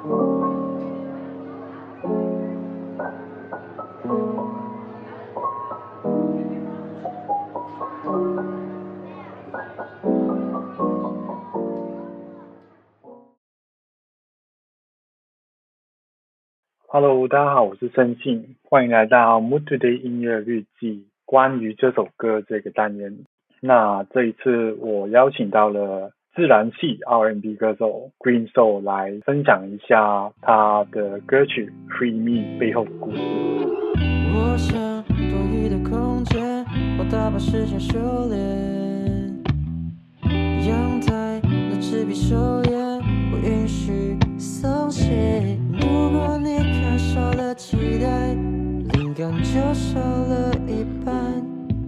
Hello，大家好，我是申信，欢迎来到 Mood Today 音乐日记。关于这首歌这个单元，那这一次我邀请到了自然系 R&B 歌手 Green Soul 来分享一下他的歌曲 Free Me 背后的故事。 我想多余的空间，我大把时间修炼。阳台那支笔手烟，不允许松懈。如果你看少了期待，灵感就少了一半。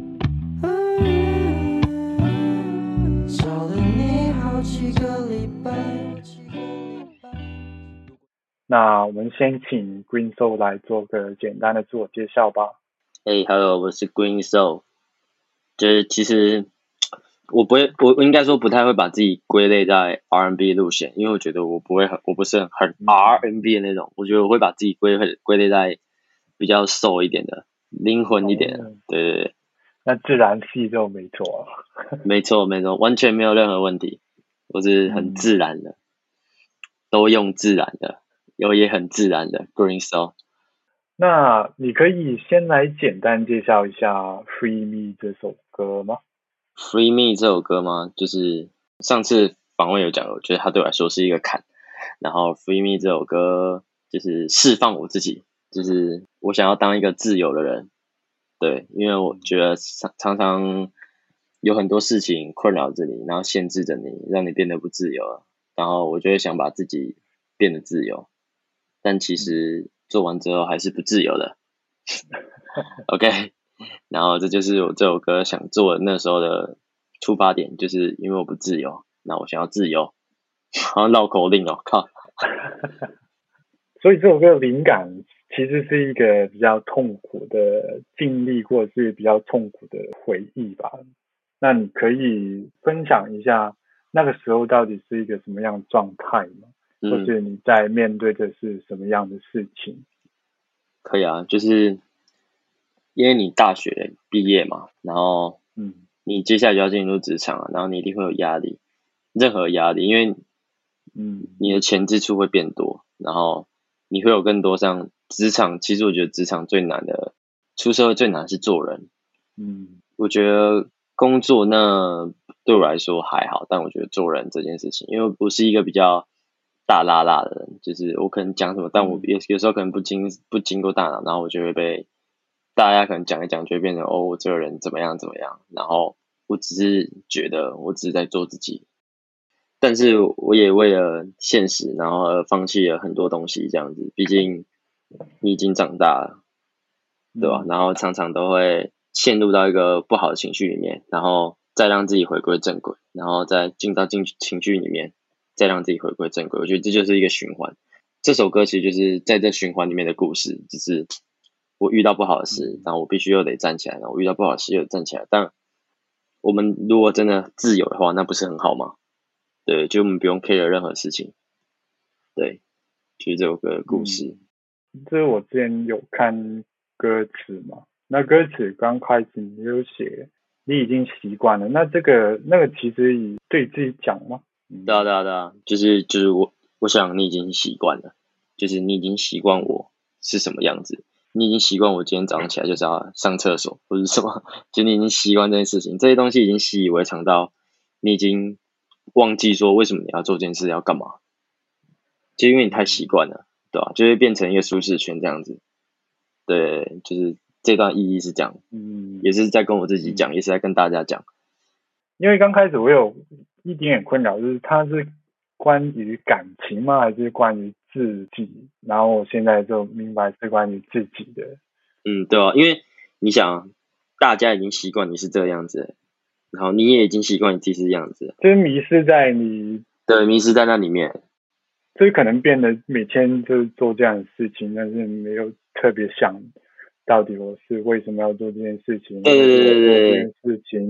找了你好几个礼拜。 那我们先请 Green Soul 来做个简单的自我介绍吧。 Hello， 我是 Green Soul。就是其实我应该说不太会把自己归类在 R&B 路线，因为我觉得我不是很 R&B 的那种。我觉得我会把自己归类在比较 soul 一点的，灵魂一点的。对。 那自然系就没错。 没错，完全没有任何问题。我是很自然的，都用自然的，也很自然的 Green Soul。 那你可以先来简单介绍一下《Free Me》这首歌吗？ Free Me 这首歌吗？就是上次访问有讲，我觉得它对我来说是一个坎。然后 Free Me 这首歌就是释放我自己，就是我想要当一个自由的人。对，因为我觉得常常有很多事情困扰着你，然后限制着你，让你变得不自由了。然后我就会想把自己变得自由，但其实做完之后还是不自由的。OK。然后这就是我这首歌想做的那时候的出发点，就是因为我不自由，那我想要自由，好像绕口令哦，靠。 所以这首歌的灵感其实是一个比较痛苦的经历，或者是比较痛苦的回忆吧。那你可以分享一下那个时候到底是一个什么样的状态吗？或是你在面对的是什么样的事情？ 可以啊，就是因为你大学毕业嘛，然后你接下来就要进入职场了，然后你一定会有压力，任何压力，因为你的钱支出会变多，然后你会有更多像职场。其实我觉得职场最难的，出社会最难是做人。我觉得工作那对我来说还好，但我觉得做人这件事情，因为我是一个比较大拉拉的人，就是我可能讲什么，但我有时候可能不经过大脑，然后我就会被大家可能讲一讲，就会变成我这个人怎么样，然后我只是觉得我只是在做自己，但是我也为了现实，然后而放弃了很多东西，这样子。毕竟你已经长大了，对吧？然后常常都会陷入到一个不好的情绪里面，然后再让自己回归正轨，然后再进情绪里面，再让自己回归正轨。我觉得这就是一个循环。这首歌其实就是在这循环里面的故事，就是我遇到不好的事，然后我必须又得站起来，然后我遇到不好的事又得站起来。但我们如果真的自由的话，那不是很好吗？对，就我们不用 care 任何事情。对，就是这首歌的故事。 这是我之前有看歌词嘛，那歌词刚开始你有写你已经习惯了，那那个其实对自己讲吗？ 对啊，就是我想你已经习惯了，就是你已经习惯我是什么样子，你已经习惯我今天早上起来就是要上厕所或者什么，就你已经习惯这件事情，这些东西已经习以为常到你已经忘记说为什么你要做这件事要干嘛，就因为你太习惯了，对吧？就会变成一个舒适圈这样子。对，就是这段意义是这样，也是在跟我自己讲，也是在跟大家讲。 因为刚开始我有一点点困扰，就是它是关于感情吗？还是关于自己？然后我现在就明白是关于自己的。 对啊，因为你想，大家已经习惯你是这个样子了，然后你也已经习惯你自己是这样子了， 就是迷失在你， 对，迷失在那里面， 就是可能变得每天就是做这样的事情，但是没有特别想到底我是为什么要做这件事情。 对，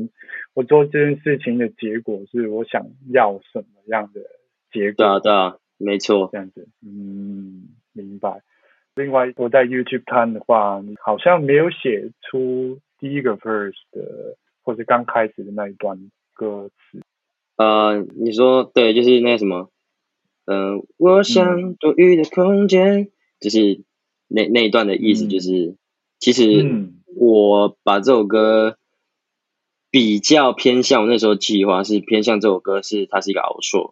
我做这件事情的结果是我想要什么样的结果。 对啊， 没错， 这样子，明白。另外，我在 YouTube 看的话，你好像没有写出第一个 verse 的，或者刚开始的那一段歌词。 你说对，就是那什么，我想多余的空间，就是那一段的意思，就是其实我把这首歌比较偏向，我那时候计划是偏向这首歌它是一个outro，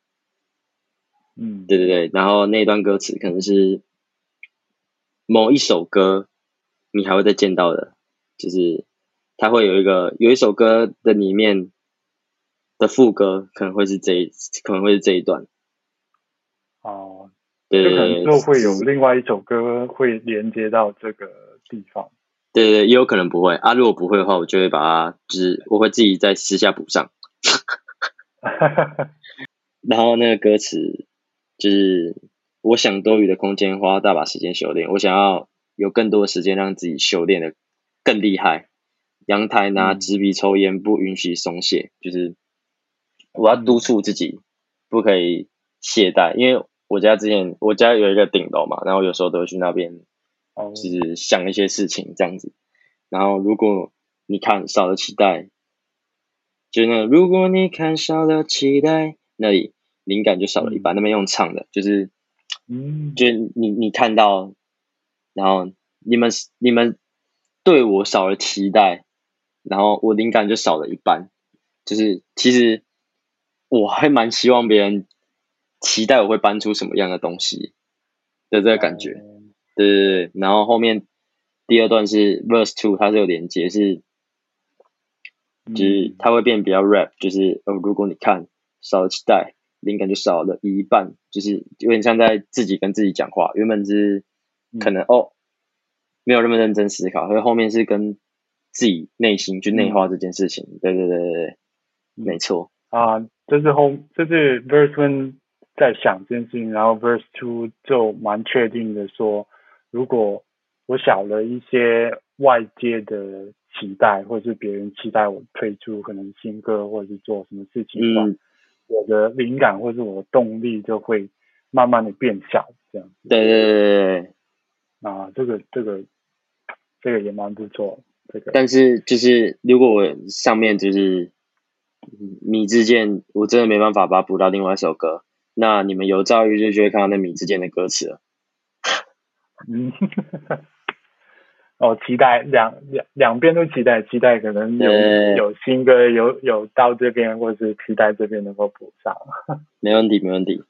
对对对，然后那段歌词可能是某一首歌你还会再见到的，就是它会有一首歌的里面的副歌可能会是这一段。 哦， 对就可能之后会有另外一首歌会连接到这个地方。 对对，也有可能不会啊。如果不会的话，我就会把它，就是我会自己在私下补上。然后那个歌词就是我想多余的空间，花大把时间修炼。我想要有更多的时间让自己修炼的更厉害。阳台拿纸笔抽烟，不允许松懈，就是我要督促自己，不可以懈怠。因为我家有一个顶楼嘛，然后有时候都会去那边，就是想一些事情这样子。然后如果你看少了期待，就是那如果你看少了期待，那里灵感就少了一半。那边用唱的，就是就是你看到，然后你们对我少了期待，然后我灵感就少了一半。就是其实我还蛮希望别人期待我会搬出什么样的东西的这个感觉。对对对，然后后面第二段是 verse 2，它是有连接，就是它会变比较 rap，就是如果你看少了期待，灵感就少了一半，就是有点像在自己跟自己讲话。原本是可能没有那么认真思考，所以后面是跟自己内心去内化这件事情。对对对对对，没错。 这是 verse 1在想这件事情，然后 verse 2就蛮确定的说，如果我少了一些外界的期待，或者是别人期待我推出可能新歌或者是做什么事情的话，我的灵感或者是我的动力就会慢慢的变小，这样子。 对对对对。这个也蛮不错。 但是就是如果我上面就是米之剑，我真的没办法把它补到另外一首歌，那你们有朝一日就会看到那米之剑的歌词了。 期待两边都期待可能有新歌有到这边，或是期待这边能够补上。 没问题。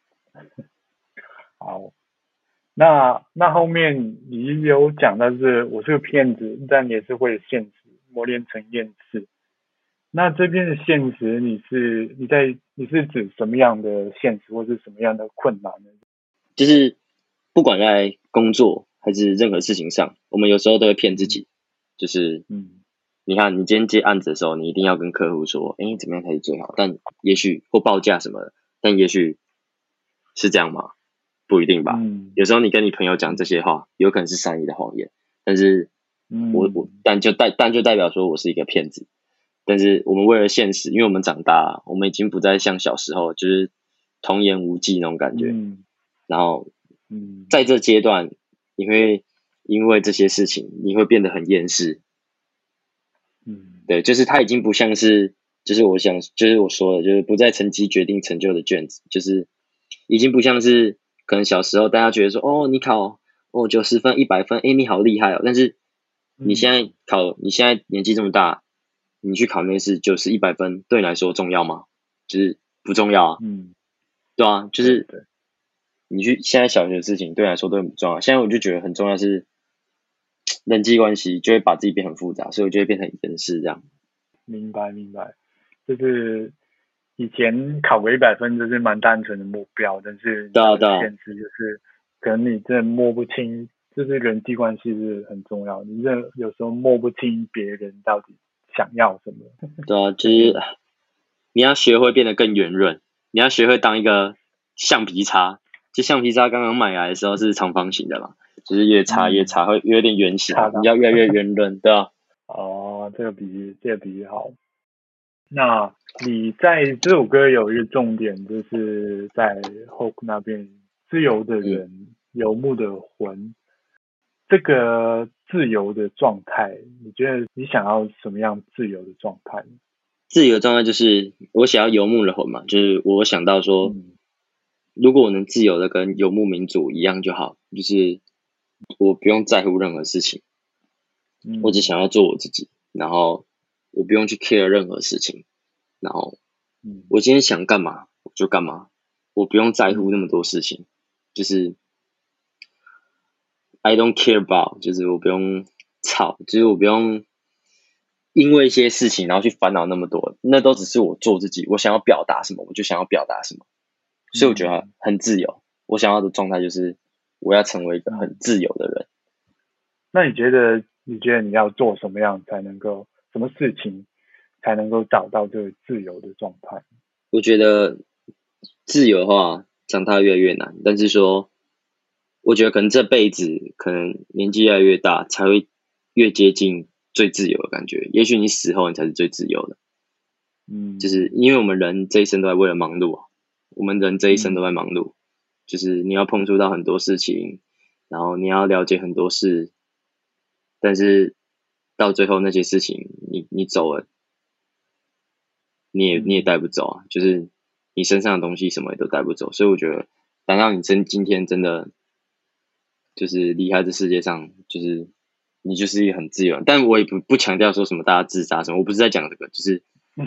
好，那后面你有讲到是我是个骗子，但也是会有现实，磨练成厌世。那这边的现实，你是指什么样的现实，或是什么样的困难呢？ 就是不管在工作还是任何事情上，我们有时候都会骗自己。就是你看你今天接案子的时候，你一定要跟客户说，怎么样才是最好？但也许或报价什么的，但也许是这样吗？不一定吧。有时候你跟你朋友讲这些话，有可能是善意的谎言，但是但就代表说我是一个骗子。但是我们为了现实，因为我们长大，我们已经不再像小时候就是童言无忌那种感觉。然后在这阶段，你会因为这些事情，你会变得很厌世。对，就是它已经不像是，就是我说的，就是不再成绩决定成就的卷子，就是已经不像是可能小时候大家觉得说，你考90分100分，你好厉害哦。但是你现在年纪这么大，你去考面试90、100分，对你来说重要吗？就是不重要啊。对啊，就是你去现在小学的事情对你来说都很不重要。现在我就觉得很重要是人际关系，就会把自己变很复杂，所以我就会变成厌世这样。 明白，就是以前考个100分就是蛮单纯的目标，但是现实就是可能你真的摸不清，就是人际关系是很重要，你真的有时候摸不清别人到底想要什么。 对啊，就是你要学会变得更圆润，你要学会当一个橡皮擦。就橡皮擦刚刚买来的时候是长方形的嘛，就是越擦会有点圆形，你要越来越圆润，对吧？ 这个比喻好。 那你在这首歌有一个重点，就是在 Hope 那边，自由的人，游牧的魂。这个自由的状态，你觉得你想要什么样自由的状态？ 自由的状态就是我想要游牧的魂嘛，就是我想到说，如果我能自由的跟游牧民族一样就好，就是我不用在乎任何事情，我只想要做我自己，然后我不用去 care 任何事情，然后我今天想干嘛我就干嘛，我不用在乎那么多事情，就是 I don't care about， 就是我不用就是我不用因为一些事情然后去烦恼那么多，那都只是我做自己，我想要表达什么我就想要表达什么，所以我觉得很自由。我想要的状态就是我要成为一个很自由的人。 那你觉得你要做什么样才能够，什么事情才能够找到这个自由的状态？ 我觉得自由的话长大越来越难，但是说我觉得可能这辈子可能年纪越来越大才会越接近最自由的感觉，也许你死后你才是最自由的。就是因为我们人这一生都在为了忙碌，我们人这一生都在忙碌，就是你要碰触到很多事情，然后你要了解很多事，但是到最后那些事情你走了，你也带不走啊，就是你身上的东西什么也都带不走，所以我觉得等到你今天真的就是离开这世界上，就是你就是一个很自由，但我也不强调说什么大家自杀什么，我不是在讲这个，就是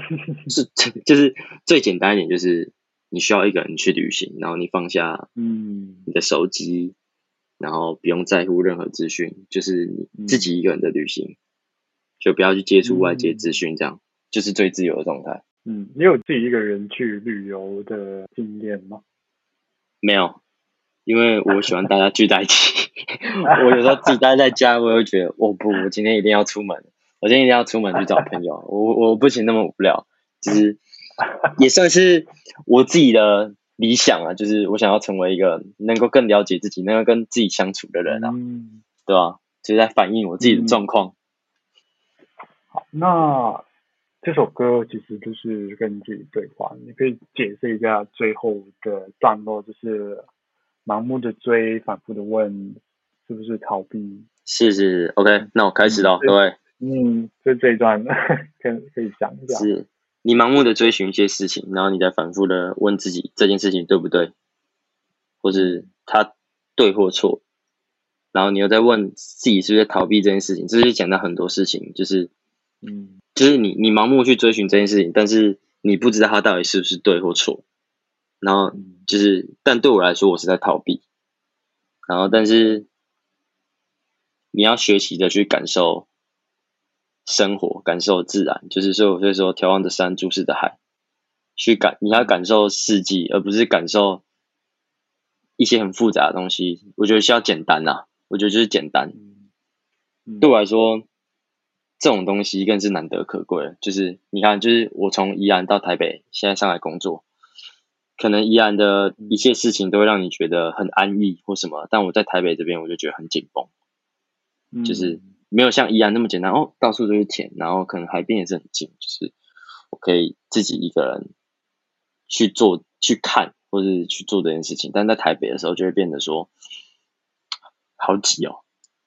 最简单一点，就是你需要一个人去旅行，然后你放下你的手机，然后不用在乎任何资讯，就是你自己一个人的旅行，就不要去接触外界资讯，这样就是最自由的状态。 你有自己一个人去旅游的经验吗？ 没有，因为我喜欢大家聚在一起。我有时候自己待在家，我会觉得我今天一定要出门，我今天一定要出门去找朋友。我不行那么无聊，就是也算是我自己的理想啊，就是我想要成为一个能够更了解自己、能够跟自己相处的人啊，对吧？就是在反映我自己的状况。 好，那这首歌其实就是跟自己对话，你可以解释一下最后的段落，就是盲目的追，反复的问，是不是逃避？ 是 ，OK， 那我开始了，各位。 就这一段可以想一下。 是你盲目的追寻一些事情，然后你再反复的问自己这件事情对不对，或是它对或错，然后你又在问自己是不是在逃避这件事情，这就讲到很多事情，就是你盲目去追寻这件事情，但是你不知道它到底是不是对或错，然后但对我来说我是在逃避，然后但是你要学习的去感受生活，感受自然，就是所以我会说眺望着山，注视着海，你要感受四季，而不是感受一些很复杂的东西。我觉得需要简单啊，我觉得就是简单。对我来说，这种东西更是难得可贵的。就是你看，就是我从宜兰到台北，现在上来工作，可能宜兰的一切事情都会让你觉得很安逸或什么，但我在台北这边我就觉得很紧绷，就是没有像宜兰那么简单哦，到处都是田，然后可能海边也是很近，就是我可以自己一个人去做、去看或是去做这件事情。但在台北的时候，就会变得说好挤哦，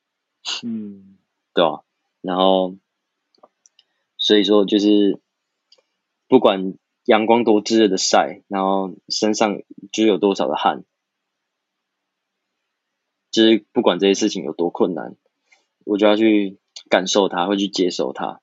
对吧？然后所以说就是不管阳光多炙热的晒，然后身上就有多少的汗，就是不管这些事情有多困难，我就要去感受它，会去接受它，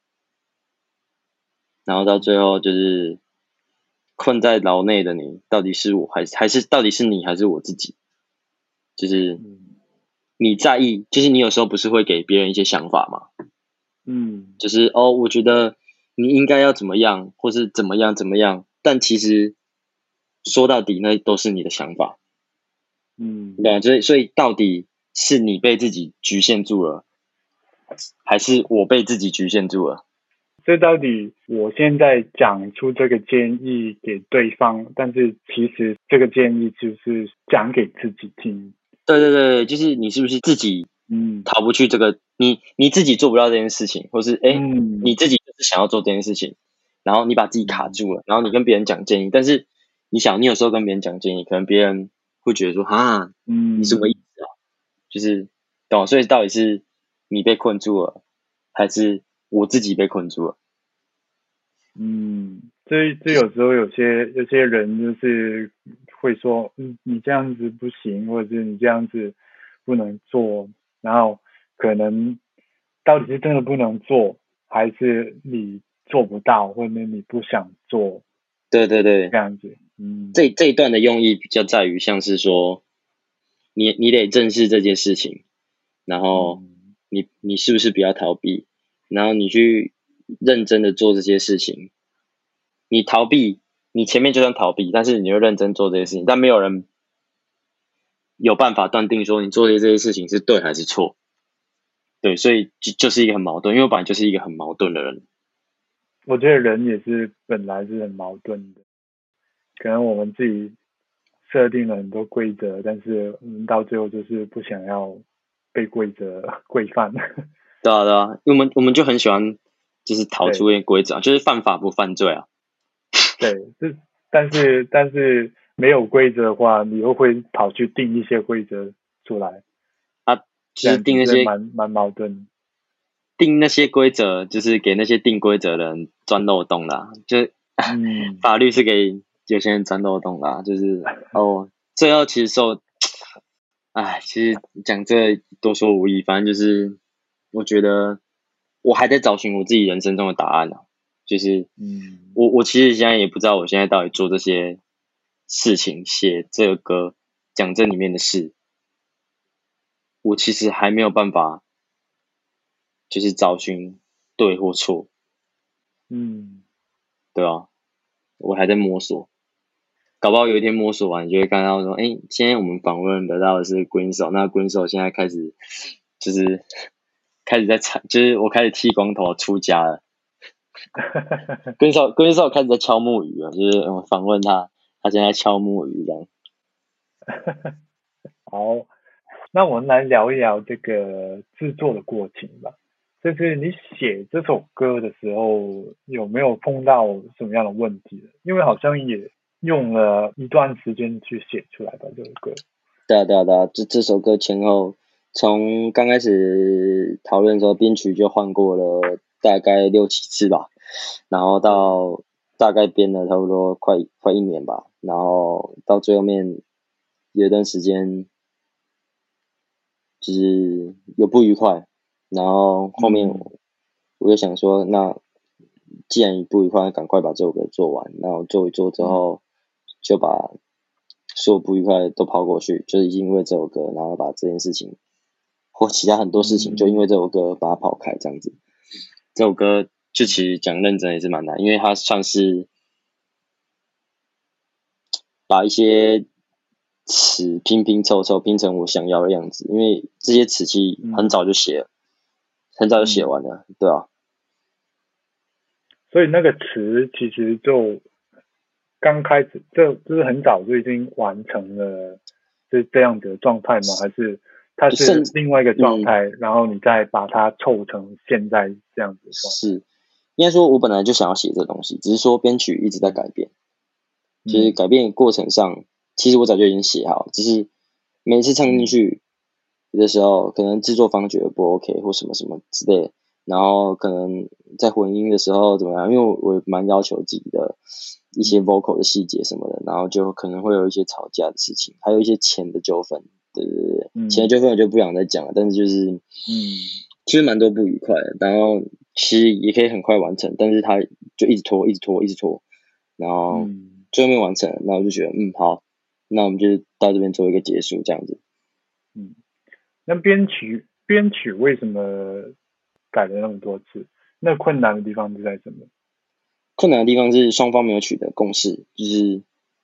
然后到最后就是困在牢内的你，到底是我还是到底是你还是我自己？就是你在意，就是你有时候不是会给别人一些想法吗？就是我觉得你应该要怎么样，或是怎么样，但其实说到底那都是你的想法。对，所以到底是你被自己局限住了，还是我被自己局限住了？ 所以到底我现在讲出这个建议给对方，但是其实这个建议就是讲给自己听。 对，就是你是不是自己逃不去这个，你自己做不到这件事情，或是你自己就是想要做这件事情， 然后你把自己卡住了，然后你跟别人讲建议，但是你想，你有时候跟别人讲建议，可能别人会觉得说，哈，你什么意思啊？就是懂，所以到底是你被困住了，还是我自己被困住了？ 这有时候有些人就是会说，你这样子不行，或者是你这样子不能做，然后可能到底是真的不能做，还是你做不到，或者你不想做？ 对，这样子。 这一段的用意比较在于像是说，你得正视这件事情，然后你是不是比较逃避，然后你去认真的做这些事情。你逃避，你前面就算逃避，但是你又认真做这些事情，但没有人有办法断定说你做的这些事情是对还是错。对，所以就是一个很矛盾，因为我本来就是一个很矛盾的人。 我觉得人也是本来是很矛盾的，可能我们自己设定了很多规则，但是我们到最后就是不想要被规则规范。 对啊，因为我们就很喜欢就是逃出一些规则，就是犯法不犯罪啊。 对，但是没有规则的话，你又会跑去定一些规则出来啊，就是定那些蛮矛盾。 定那些规则就是给那些定规则的人钻漏洞啦，就法律是给有些人钻漏洞啦，就是最后其实其实讲这多说无益，反正就是我觉得我还在找寻我自己人生中的答案啊，就是我其实现在也不知道我现在到底做这些事情，写这个歌，讲这里面的事，我其实还没有办法就是找寻对或错。对啊，我还在摸索，搞不好有一天摸索完，你就会看到说，今天我们访问得到的是 Green 手，那 Green 手现在开始在就是我开始剃光头出家了。Green 手开始在敲木鱼了，就是我访问他现在敲木鱼这样。 好，那我们来聊一聊这个制作的过程吧。就是你写这首歌的时候，有没有碰到什么样的问题？因为好像也用了一段时间去写出来的这首歌。 对啊，这首歌前后从刚开始讨论的时候，编曲就换过了大概6-7次吧，然后到大概编了差不多快1年吧，然后到最后面有一段时间就是有不愉快。然后后面我就想说，那既然不愉快，赶快把这首歌做完。然后做一做之后，就把所有不愉快都抛过去，就是因为这首歌，然后把这件事情或其他很多事情，就因为这首歌把它抛开，这样子。这首歌就其实讲认真也是蛮难，因为它算是把一些词拼凑拼成我想要的样子，因为这些词其实很早就写了。很早就写完了，对啊。 所以那个词其实就刚开始，就是很早就已经完成了，是这样的状态吗？还是它是另外一个状态，然后你再把它凑成现在这样子？ 是，应该说我本来就想要写这东西，只是说编曲一直在改变。其实改变过程上，其实我早就已经写好，只是每次唱进去的时候，可能制作方觉得不 OK 或什么什么之类的，然后可能在混音的时候怎么样，因为我蛮要求自己的一些 vocal 的细节什么的，然后就可能会有一些吵架的事情，还有一些钱的纠纷。对，钱的纠纷我就不想再讲了，但是就是其实蛮多不愉快的，然后其实也可以很快完成，但是他就一直拖，然后最后面完成了，那我就觉得好，那我们就到这边做一个结束这样子。 那编曲为什么改了那么多次？那困难的地方是在什么？ 困难的地方是双方没有取得共识，就是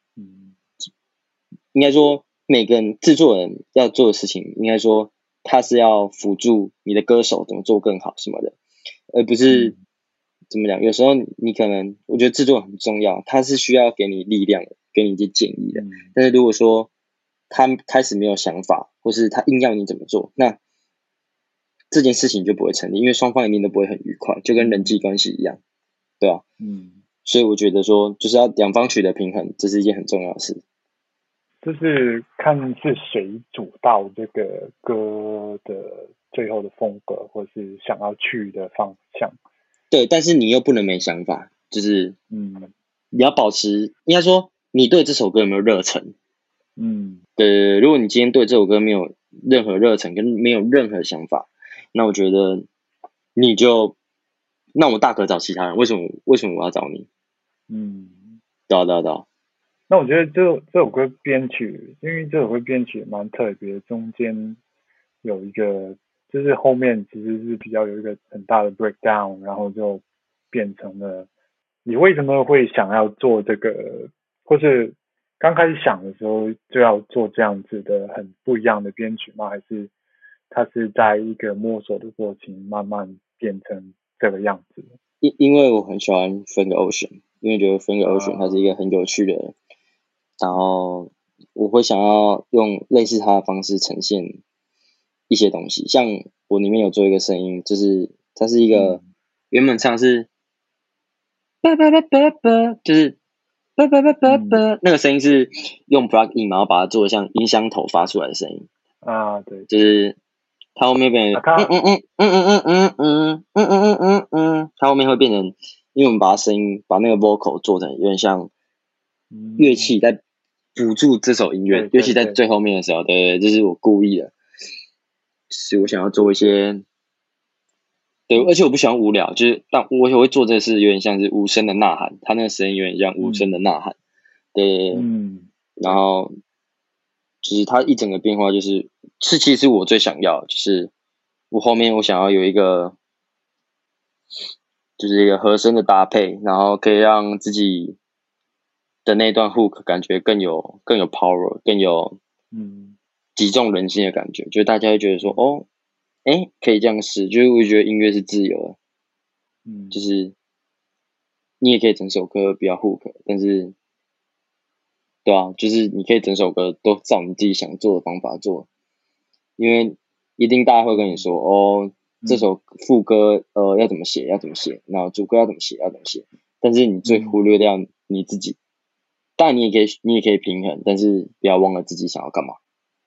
应该说每个人制作人要做的事情，应该说他是要辅助你的歌手怎么做更好什么的，而不是怎么讲。有时候你可能我觉得制作人很重要，他是需要给你力量的，给你一些建议的。但是如果说他开始没有想法，或是他硬要你怎么做，那这件事情就不会成立，因为双方一定都不会很愉快，就跟人际关系一样，对吧？ 所以我觉得说就是要两方取得平衡，这是一件很重要的事。 就是看是谁主导这个歌的最后的风格，或是想要去的方向。 对，但是你又不能没想法，就是你要保持，应该说你对这首歌有没有热忱？对，如果你今天对这首歌没有任何热忱，跟没有任何想法，那我觉得你就，那我大可找其他人。为什么我要找你？对啊。 那我觉得这首歌编曲，因为这首歌编曲蛮特别，中间有一个，就是后面其实是比较有一个很大的 breakdown，然后就变成了你为什么会想要做这个，或是刚开始想的时候就要做这样子的很不一样的编曲吗？还是它是在一个摸索的过程慢慢变成这个样子？ 因为我很喜欢 Frank Ocean， 因为觉得 Frank Ocean 他是一个很有趣的人，然后我会想要用类似他的方式呈现一些东西，像我里面有做一个声音，就是它是一个原本唱是就是那个声音是用 plug in， 然后把它做像音箱头发出来的声音啊，对， 就是它后面变成它后面会变成，因为我们把声音把那个 vocal 做成有点像乐器在辅助这首音乐，乐器在最后面的时候，对，这是我故意的，是我想要做一些。对，而且我不喜欢无聊，就是但我会做这个事，有点像是无声的呐喊，他那个声音有点像无声的呐喊，对，然后就是它一整个变化，就是其实我最想要，就是我后面我想要有一个，就是一个和声的搭配，然后可以让自己的那段 hook 感觉更有 power， 更有击中人心的感觉，就是大家会觉得说哦。可以这样试，就是我觉得音乐是自由的，就是你也可以整首歌不要 hook， 但是，对啊，就是你可以整首歌都照你自己想做的方法做，因为一定大家会跟你说，哦，这首副歌要怎么写，然后主歌要怎么写，但是你最忽略掉你自己，当然你也可以平衡，但是不要忘了自己想要干嘛。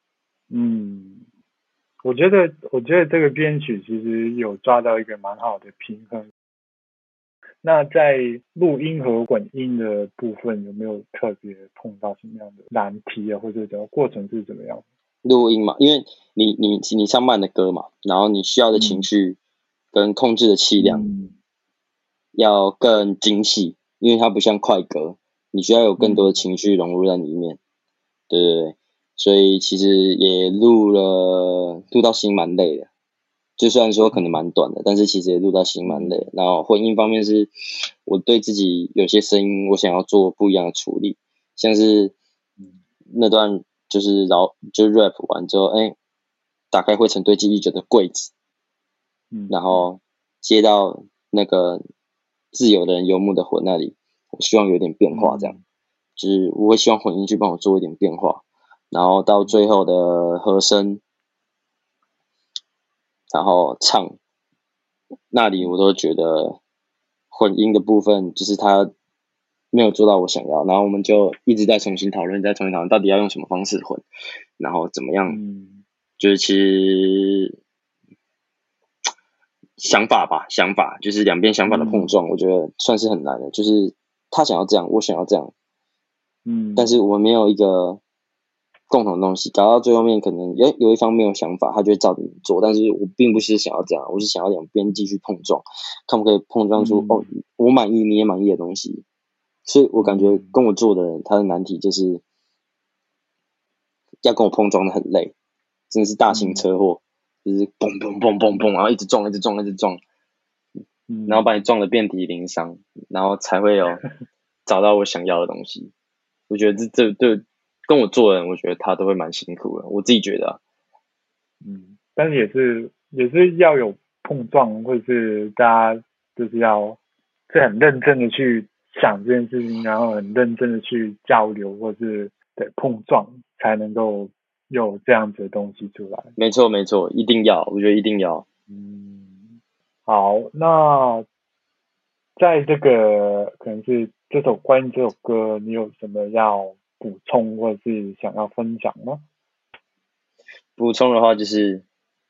我觉得这个编曲其实有抓到一个蛮好的平衡。那在录音和混音的部分，有没有特别碰到什么样的难题啊，或者整个过程是怎么样？ 录音嘛，因为你唱慢的歌嘛，然后你需要的情绪跟控制的气量要更精细，因为它不像快歌，你需要有更多的情绪融入在里面。对，所以其实也录到心蛮累的，就算说可能蛮短的，但是其实也录到心蛮累的。然后混音方面是，我对自己有些声音我想要做不一样的处理，像是那段就是 rap 完之后，打开汇成堆积已久的柜子，然后接到那个自由的人游牧的魂那里，我希望有点变化，这样，就是我会希望混音去帮我做一点变化。然后到最后的和声，然后唱那里，我都觉得混音的部分就是他没有做到我想要，然后我们就一直在重新讨论，到底要用什么方式混，然后怎么样，就是其实想法就是两边想法的碰撞，我觉得算是很难的，就是他想要这样，我想要这样，但是我们没有一个共同的东西，搞到最后面可能有一方没有想法，他就会照着你做，但是我并不是想要这样，我是想要两边继续碰撞，看不可以碰撞出我满意你也满意的东西，所以我感觉跟我做的人他的难题就是要跟我碰撞的很累，真的是大型车祸，就是嘣嘣嘣嘣嘣，然后一直撞，然后把你撞得遍体鳞伤，然后才会有找到我想要的东西。我觉得这跟我做的人，我觉得他都会蛮辛苦的，我自己觉得。 但是也是要有碰撞，或者是大家就是要很认真的去想这件事情，然后很认真的去交流，或是对碰撞，才能够有这样子的东西出来。 没错，一定要，我觉得一定要。 好，那在这个可能是关于这首歌，你有什么要补充或者是想要分享吗？ 补充的话就是，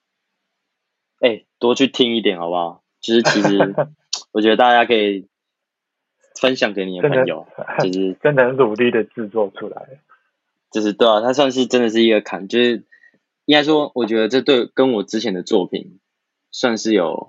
多去听一点好不好？就是其实我觉得大家可以分享给你的朋友，就是真的很努力的制作出来。 就是对啊，它算是真的是一个坎，就是应该说，我觉得这对跟我之前的作品算是有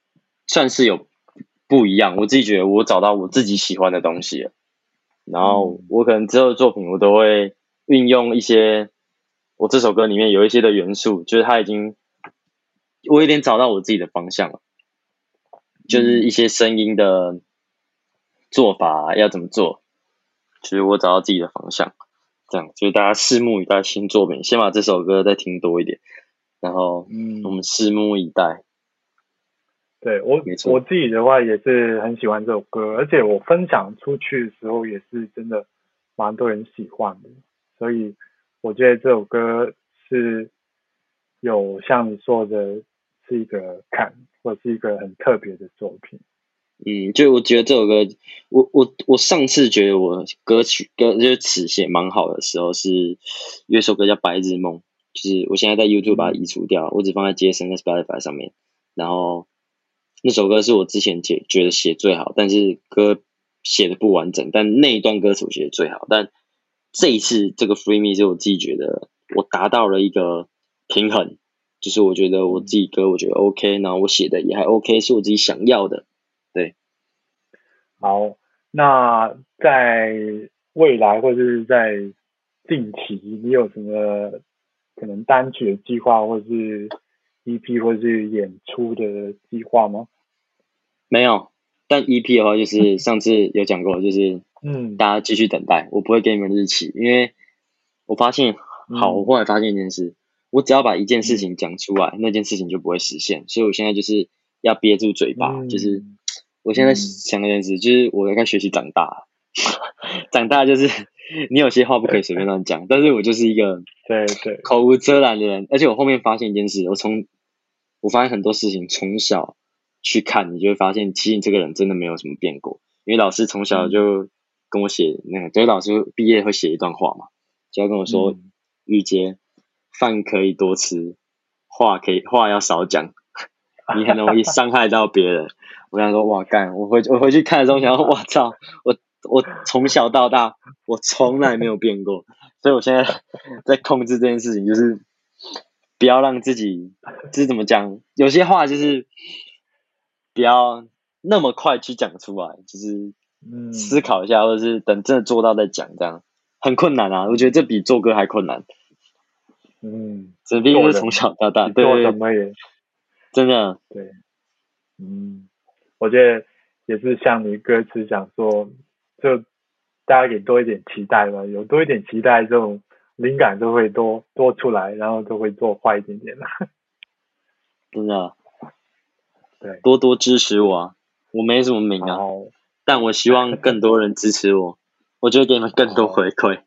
不一样。我自己觉得我找到我自己喜欢的东西了，然后我可能之后的作品我都会运用一些我这首歌里面有一些的元素，就是我有点找到我自己的方向了，就是一些声音的做法要怎么做，就是我找到自己的方向。这样，就是大家拭目以待新作品，先把这首歌再听多一点，然后我们拭目以待。 对，我自己的话也是很喜欢这首歌，而且我分享出去的时候也是真的蛮多人喜欢的，所以我觉得这首歌是有像你说的是一个坎，或是一个很特别的作品。 就我觉得这首歌，我上次觉得我歌就是词写蛮好的时候，是有一首歌叫《白日梦》，就是我现在在 YouTube 把它移除掉，我只放在街声跟 Spotify 上面。然后那首歌是我之前觉得写最好，但是歌写的不完整，但那一段歌词我写的最好。但这一次这个 Free Me 是我自己觉得我达到了一个平衡，就是我觉得我自己歌我觉得 OK， 然后我写的也还 OK， 是我自己想要的。对， 好，那在未来或者是在近期，你有什么可能单曲的计划，或是 EP 或是演出的计划吗？ 没有，但 EP 的话就是上次有讲过，就是大家继续等待，我不会给你们日期，因为我发现我后来发现一件事，我只要把一件事情讲出来，那件事情就不会实现，所以我现在就是要憋住嘴巴，就是我现在想一件事，就是我应该学习长大，长大就是你有些话不可以随便乱讲，但是我就是一个口无遮拦的人，而且我后面发现一件事，我发现很多事情从小去看，你就会发现，其实你这个人真的没有什么变过，因为老师从小就跟我写那个，就是老师毕业会写一段话嘛，就要跟我说，玉洁，饭可以多吃，话要少讲，你很容易伤害到别人。我想说，哇干！我回去看的时候，想说，哇操！我从小到大，我从来没有变过，所以我现在在控制这件事情，就是不要让自己，就是怎么讲，有些话就是不要那么快去讲出来，就是思考一下，或者是等真的做到再讲，这样很困难啊！我觉得这比做歌还困难。这毕竟是从小到大，对， 什么也真的对，我觉得也是像你歌词讲说，就大家给多一点期待嘛，有多一点期待，这种灵感就会多出来，然后就会做坏一点点了。 真的， 对， 多多支持我啊！我没什么名啊，但我希望更多人支持我，我就会给你们更多回馈。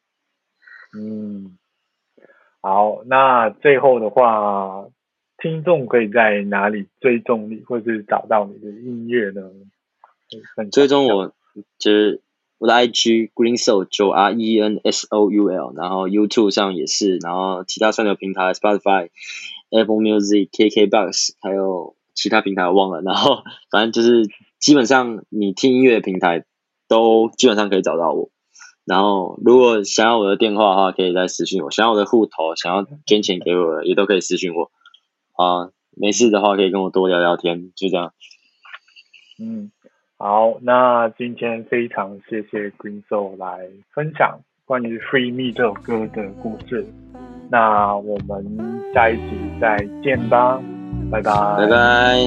好，那最后的话，听众可以在哪里追踪你，或是找到你的音乐呢？ 追踪我就是我的 IG GreenSoul RENSOUL， 然后 YouTube 上也是，然后其他串流平台 Spotify、Apple Music、KKBox， 还有其他平台我忘了，然后反正就是基本上你听音乐的平台都基本上可以找到我。然后如果想要我的电话的话，可以再私讯我；想要我的户头，想要捐钱给我的，也都可以私讯我。没事的话可以跟我多聊聊天，就这样。 好，那今天非常谢谢 GreenSoul 来分享关于 Free Me 这首歌的故事。那我们下一集再见吧，拜拜。 拜拜。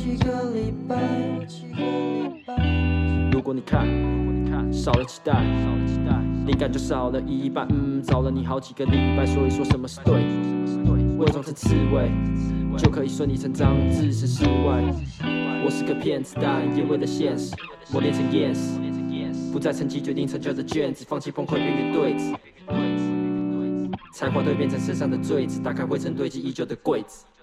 如果你看少了期待，灵感就少了一半。找了你好几个礼拜，所以说什么是对？伪装成刺猬，就可以顺理成章置身事外。我是个骗子，但也为了现实磨练成 yes， 不再成绩决定成就的卷子，放弃崩溃边缘对子，才华蜕变成身上的坠子，打开灰尘堆积已久的柜子。